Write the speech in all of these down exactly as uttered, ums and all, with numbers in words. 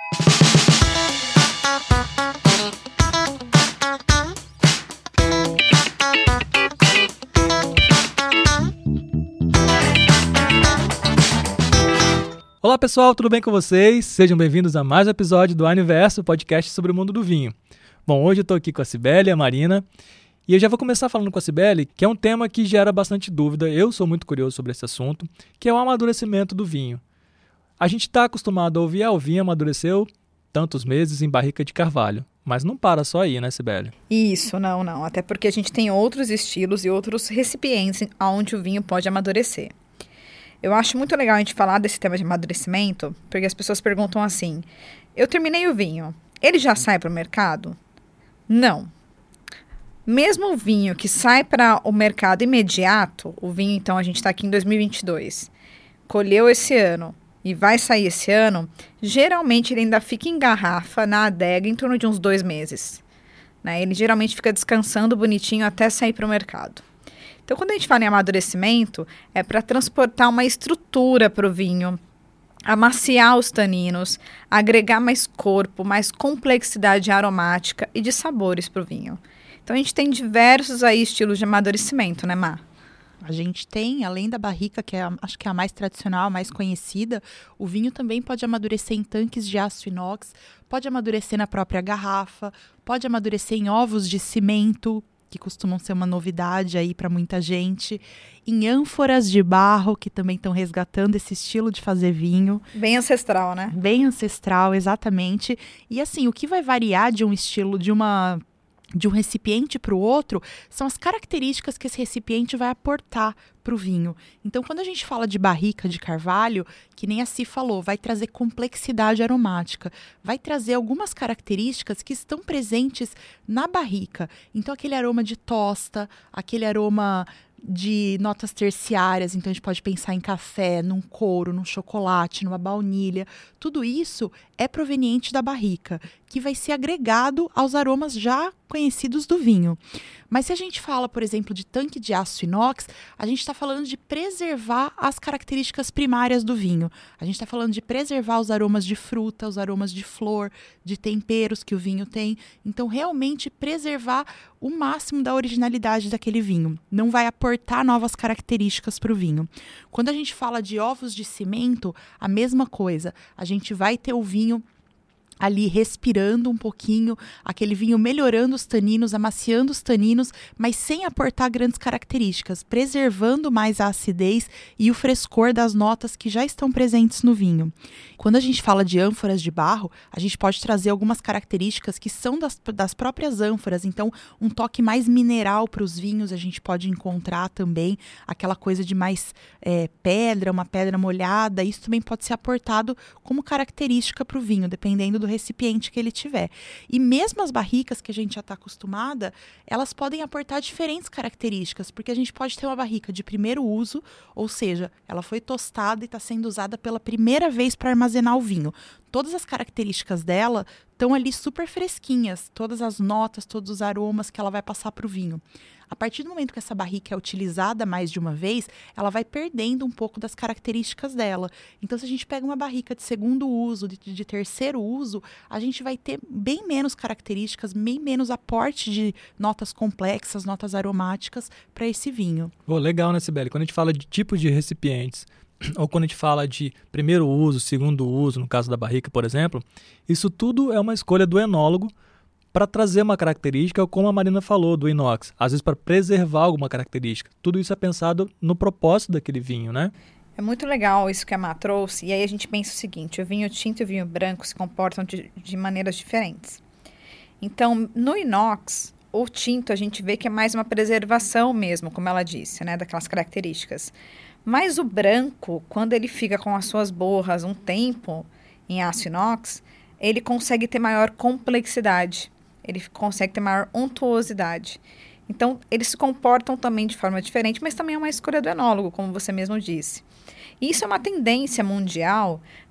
Olá pessoal, tudo bem com vocês? Sejam bem-vindos a mais um episódio do Aniverso, podcast sobre o mundo do vinho. Bom, hoje eu estou aqui com a Cibele e a Marina, e eu já vou começar falando com a Cibele, que é um tema que gera bastante dúvida, eu sou muito curioso sobre esse assunto, que é o amadurecimento do vinho. A gente está acostumado a ouvir, ah, o vinho amadureceu tantos meses em barrica de carvalho, mas não para só aí, né, Cibele? Isso, não, não, até porque a gente tem outros estilos e outros recipientes onde o vinho pode amadurecer. Eu acho muito legal a gente falar desse tema de amadurecimento, porque as pessoas perguntam assim, eu terminei o vinho, ele já sai para o mercado? Não. Mesmo o vinho que sai para o mercado imediato, o vinho, então, a gente está aqui em dois mil e vinte e dois, colheu esse ano e vai sair esse ano, geralmente ele ainda fica em garrafa, na adega, em torno de uns dois meses. Né? Ele geralmente fica descansando bonitinho até sair para o mercado. Então, quando a gente fala em amadurecimento, é para transportar uma estrutura para o vinho, amaciar os taninos, agregar mais corpo, mais complexidade aromática e de sabores para o vinho. Então, a gente tem diversos aí estilos de amadurecimento, né, Má? A gente tem, além da barrica, que é a, acho que é a mais tradicional, a mais conhecida, o vinho também pode amadurecer em tanques de aço inox, pode amadurecer na própria garrafa, pode amadurecer em ovos de cimento, que costumam ser uma novidade aí para muita gente, em ânforas de barro, que também estão resgatando esse estilo de fazer vinho. Bem ancestral, né? Bem ancestral, exatamente. E assim, o que vai variar de um estilo, de uma... de um recipiente para o outro, são as características que esse recipiente vai aportar para o vinho. Então, quando a gente fala de barrica de carvalho, que nem a Si falou, vai trazer complexidade aromática, vai trazer algumas características que estão presentes na barrica. Então, aquele aroma de tosta, aquele aroma de notas terciárias, então a gente pode pensar em café, num couro, num chocolate, numa baunilha. Tudo isso é proveniente da barrica, que vai ser agregado aos aromas já conhecidos do vinho. Mas se a gente fala, por exemplo, de tanque de aço inox, a gente está falando de preservar as características primárias do vinho. A gente está falando de preservar os aromas de fruta, os aromas de flor, de temperos que o vinho tem. Então, realmente preservar o máximo da originalidade daquele vinho. Não vai aportar novas características para o vinho. Quando a gente fala de ovos de cimento, a mesma coisa. A gente vai ter o vinho ali respirando um pouquinho, aquele vinho melhorando os taninos, amaciando os taninos, mas sem aportar grandes características, preservando mais a acidez e o frescor das notas que já estão presentes no vinho. Quando a gente fala de ânforas de barro, a gente pode trazer algumas características que são das, das próprias ânforas, então um toque mais mineral para os vinhos a gente pode encontrar também, aquela coisa de mais é, pedra, uma pedra molhada, isso também pode ser aportado como característica para o vinho, dependendo do recipiente que ele tiver. E mesmo as barricas que a gente já está acostumada, elas podem aportar diferentes características, porque a gente pode ter uma barrica de primeiro uso, ou seja, ela foi tostada e está sendo usada pela primeira vez para armazenar o vinho. Todas as características dela estão ali super fresquinhas, todas as notas, todos os aromas que ela vai passar para o vinho. A partir do momento que essa barrica é utilizada mais de uma vez, ela vai perdendo um pouco das características dela. Então, se a gente pega uma barrica de segundo uso, de, de terceiro uso, a gente vai ter bem menos características, bem menos aporte de notas complexas, notas aromáticas para esse vinho. Oh, legal, né, Cibele? Quando a gente fala de tipos de recipientes, ou quando a gente fala de primeiro uso, segundo uso, no caso da barrica, por exemplo, isso tudo é uma escolha do enólogo para trazer uma característica, como a Marina falou, do inox. Às vezes para preservar alguma característica. Tudo isso é pensado no propósito daquele vinho, né? É muito legal isso que a Má trouxe. E aí a gente pensa o seguinte, o vinho tinto e o vinho branco se comportam de, de maneiras diferentes. Então, no inox, o tinto a gente vê que é mais uma preservação mesmo, como ela disse, né? Daquelas características. Mas o branco, quando ele fica com as suas borras um tempo em aço inox, ele consegue ter maior complexidade. Ele consegue ter maior untuosidade. Então, eles se comportam também de forma diferente, mas também é uma escolha do enólogo, como você mesmo disse. E isso é uma tendência mundial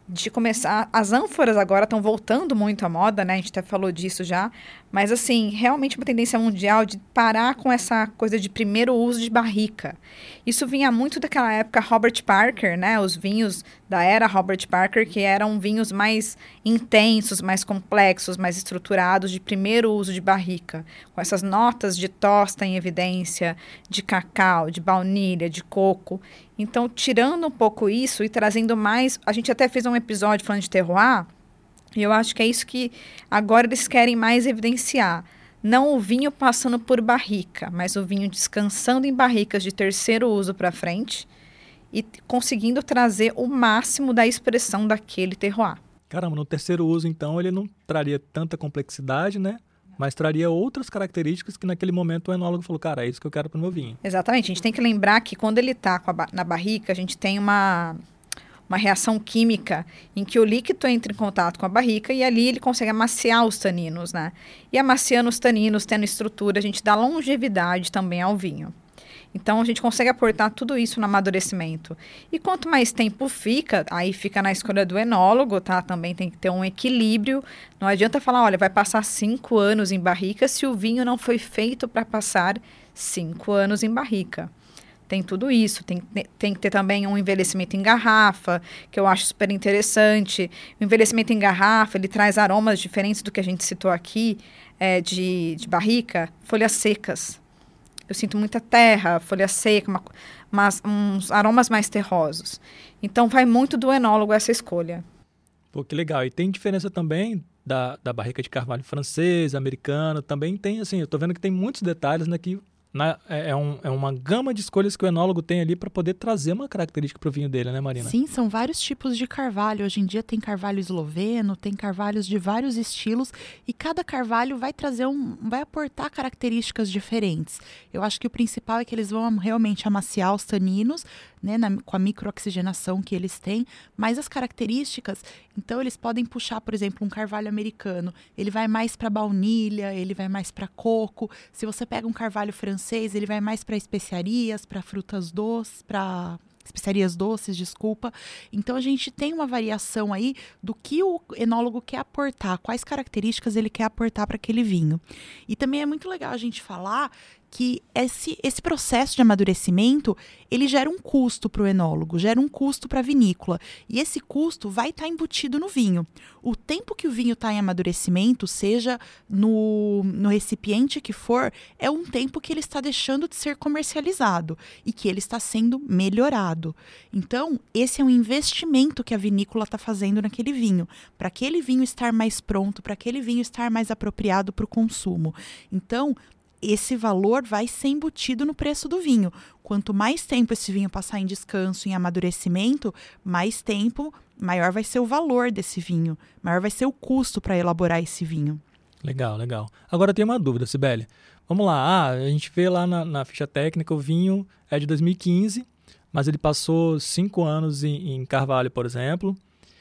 de começar... As ânforas agora estão voltando muito à moda, né? A gente até falou disso já. Mas, assim, realmente uma tendência mundial de parar com essa coisa de primeiro uso de barrica. Isso vinha muito daquela época Robert Parker, né? Os vinhos da era Robert Parker, que eram vinhos mais intensos, mais complexos, mais estruturados, de primeiro uso de barrica. Com essas notas de tosta em evidência, de cacau, de baunilha, de coco. Então, tirando um pouco isso e trazendo mais... A gente até fez um episódio falando de terroir, e eu acho que é isso que agora eles querem mais evidenciar. Não o vinho passando por barrica, mas o vinho descansando em barricas de terceiro uso para frente e conseguindo trazer o máximo da expressão daquele terroir. Caramba, no terceiro uso, então, ele não traria tanta complexidade, né? Mas traria outras características que naquele momento o enólogo falou, cara, é isso que eu quero para o meu vinho. Exatamente. A gente tem que lembrar que quando ele está na barrica, a gente tem uma, uma reação química em que o líquido entra em contato com a barrica e ali ele consegue amaciar os taninos, né? E amaciando os taninos, tendo estrutura, a gente dá longevidade também ao vinho. Então, a gente consegue aportar tudo isso no amadurecimento. E quanto mais tempo fica, aí fica na escolha do enólogo, tá? Também tem que ter um equilíbrio. Não adianta falar, olha, vai passar cinco anos em barrica se o vinho não foi feito para passar cinco anos em barrica. Tem tudo isso. Tem, tem que ter também um envelhecimento em garrafa, que eu acho super interessante. O envelhecimento em garrafa, ele traz aromas diferentes do que a gente citou aqui, é, de, de barrica, folhas secas. Eu sinto muita terra, folha seca, uma, umas, uns aromas mais terrosos. Então, vai muito do enólogo essa escolha. Pô, que legal. E tem diferença também da, da barrica de carvalho francês, americano. Também tem, assim, eu tô vendo que tem muitos detalhes, né, que na, é, é, um, é uma gama de escolhas que o enólogo tem ali para poder trazer uma característica para o vinho dele, né, Marina? Sim, são vários tipos de carvalho. Hoje em dia tem carvalho esloveno, tem carvalhos de vários estilos e cada carvalho vai trazer um, vai aportar características diferentes. Eu acho que o principal é que eles vão realmente amaciar os taninos, né, na, com a microoxigenação que eles têm, mas as características, então eles podem puxar, por exemplo, um carvalho americano, ele vai mais para baunilha, ele vai mais para coco. Se você pega um carvalho francês, ele vai mais para especiarias, para frutas doces, para especiarias doces, desculpa. Então, a gente tem uma variação aí do que o enólogo quer aportar, quais características ele quer aportar para aquele vinho. E também é muito legal a gente falar que esse, esse processo de amadurecimento, ele gera um custo para o enólogo, gera um custo para a vinícola. E esse custo vai estar tá embutido no vinho. O tempo que o vinho está em amadurecimento, seja no, no recipiente que for, é um tempo que ele está deixando de ser comercializado e que ele está sendo melhorado. Então, esse é um investimento que a vinícola está fazendo naquele vinho, para aquele vinho estar mais pronto, para aquele vinho estar mais apropriado para o consumo. Então, esse valor vai ser embutido no preço do vinho. Quanto mais tempo esse vinho passar em descanso, em amadurecimento, mais tempo, maior vai ser o valor desse vinho, maior vai ser o custo para elaborar esse vinho. Legal, legal. Agora eu tenho uma dúvida, Cibele. Vamos lá, ah, a gente vê lá na, na ficha técnica, o vinho é de dois mil e quinze, mas ele passou cinco anos em, em carvalho, por exemplo,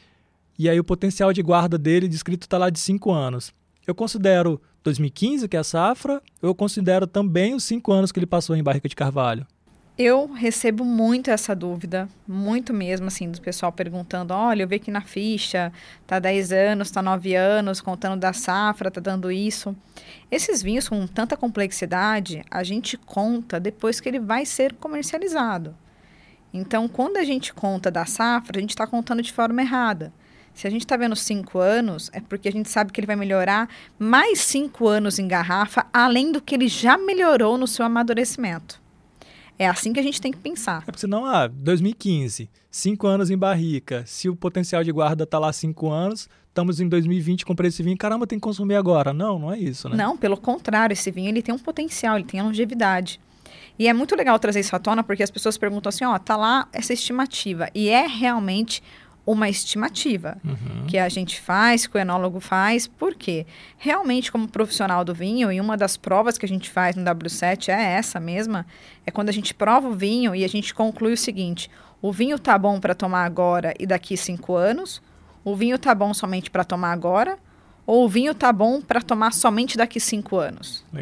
e aí o potencial de guarda dele descrito está lá de cinco anos. Eu considero dois mil e quinze, que é a safra, eu considero também os cinco anos que ele passou em barrica de carvalho. Eu recebo muito essa dúvida, muito mesmo, assim, do pessoal perguntando, olha, eu vi aqui na ficha, tá dez anos, tá nove anos, contando da safra, tá dando isso. Esses vinhos com tanta complexidade, a gente conta depois que ele vai ser comercializado. Então, quando a gente conta da safra, a gente está contando de forma errada. Se a gente está vendo cinco anos, é porque a gente sabe que ele vai melhorar mais cinco anos em garrafa, além do que ele já melhorou no seu amadurecimento. É assim que a gente tem que pensar. É porque senão, ah, dois mil e quinze, cinco anos em barrica, se o potencial de guarda está lá cinco anos, estamos em dois mil e vinte, comprei esse vinho, caramba, tem que consumir agora. Não, não é isso, né? Não, pelo contrário, esse vinho ele tem um potencial, ele tem longevidade. E é muito legal trazer isso à tona, porque as pessoas perguntam assim, ó, tá lá essa estimativa. E é realmente uma estimativa uhum. que a gente faz, que o enólogo faz, porque realmente como profissional do vinho, e uma das provas que a gente faz no W sete é essa mesma, é quando a gente prova o vinho e a gente conclui o seguinte, o vinho tá bom para tomar agora e daqui cinco anos, o vinho tá bom somente para tomar agora, ou o vinho tá bom para tomar somente daqui cinco anos. Legal.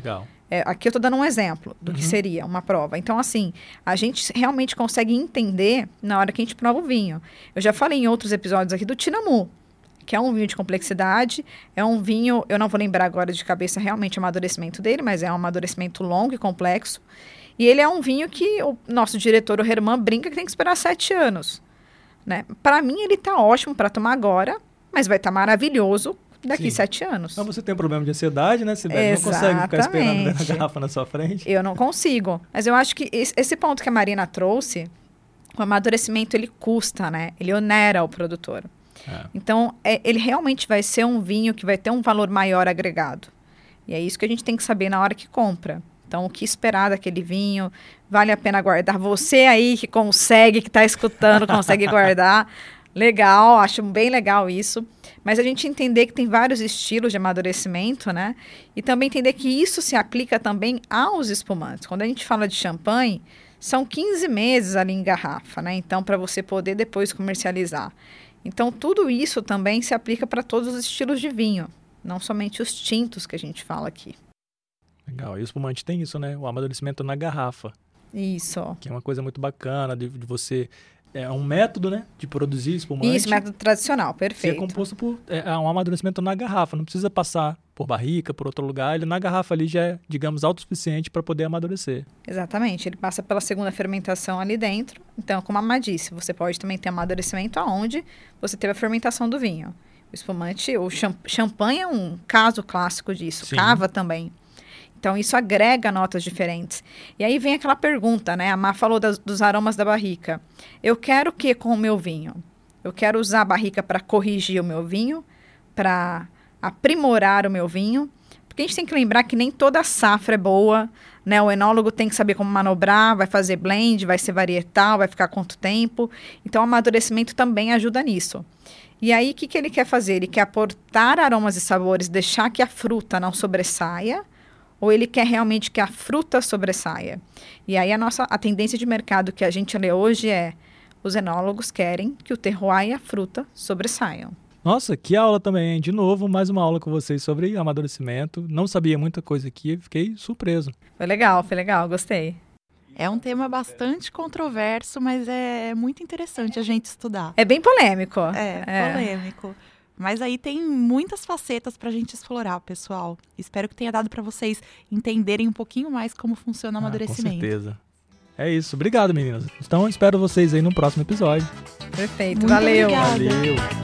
É, aqui eu estou dando um exemplo do Uhum. que seria uma prova. Então, assim, a gente realmente consegue entender na hora que a gente prova o vinho. Eu já falei em outros episódios aqui do Tinamu, que é um vinho de complexidade, é um vinho, eu não vou lembrar agora de cabeça realmente o amadurecimento dele, mas é um amadurecimento longo e complexo. E ele é um vinho que o nosso diretor, o Herman, brinca que tem que esperar sete anos. Né? Para mim, ele está ótimo para tomar agora, mas vai estar tá maravilhoso daqui Sim. sete anos. Mas você tem um problema de ansiedade, né, Sibeli? Não consegue ficar esperando ver a garrafa na sua frente. Eu não consigo. Mas eu acho que esse, esse ponto que a Marina trouxe, o amadurecimento, ele custa, né? Ele onera o produtor. É. Então, é, ele realmente vai ser um vinho que vai ter um valor maior agregado. E é isso que a gente tem que saber na hora que compra. Então, o que esperar daquele vinho? Vale a pena guardar? Você aí que consegue, que está escutando, consegue guardar. Legal, acho bem legal isso. Mas a gente entender que tem vários estilos de amadurecimento, né? E também entender que isso se aplica também aos espumantes. Quando a gente fala de champanhe, são quinze meses ali em garrafa, né? Então, para você poder depois comercializar. Então, tudo isso também se aplica para todos os estilos de vinho. Não somente os tintos que a gente fala aqui. Legal. E o espumante tem isso, né? O amadurecimento na garrafa. Isso. Que é uma coisa muito bacana de, de você... É um método, né? De produzir espumante. Isso, método tradicional, Que perfeito. é composto por é, um amadurecimento na garrafa. Não precisa passar por barrica, por outro lugar. Ele na garrafa ali já é, digamos, autossuficiente para poder amadurecer. Exatamente. Ele passa pela segunda fermentação ali dentro. Então, como a Má disse, você pode também ter amadurecimento aonde você teve a fermentação do vinho. O espumante, o champ champanhe é um caso clássico disso. Sim. Cava também. Então, isso agrega notas diferentes. E aí vem aquela pergunta, né? A Má falou das, dos aromas da barrica. Eu quero o que com o meu vinho? Eu quero usar a barrica para corrigir o meu vinho, para aprimorar o meu vinho. Porque a gente tem que lembrar que nem toda safra é boa, né? O enólogo tem que saber como manobrar, vai fazer blend, vai ser varietal, vai ficar quanto tempo. Então, o amadurecimento também ajuda nisso. E aí, o que, que ele quer fazer? Ele quer aportar aromas e sabores, deixar que a fruta não sobressaia, ou ele quer realmente que a fruta sobressaia? E aí a nossa a tendência de mercado que a gente lê hoje é os enólogos querem que o terroir e a fruta sobressaiam. Nossa, que aula também, hein? De novo, mais uma aula com vocês sobre amadurecimento. Não sabia muita coisa aqui, fiquei surpreso. Foi legal, foi legal, gostei. É um tema bastante controverso, mas é muito interessante a gente estudar. É bem polêmico. É, é. polêmico. Mas aí tem muitas facetas pra gente explorar, pessoal. Espero que tenha dado pra vocês entenderem um pouquinho mais como funciona o amadurecimento. Ah, com certeza. É isso. Obrigado, meninas. Então, espero vocês aí no próximo episódio. Perfeito, Muito valeu. obrigada. Valeu.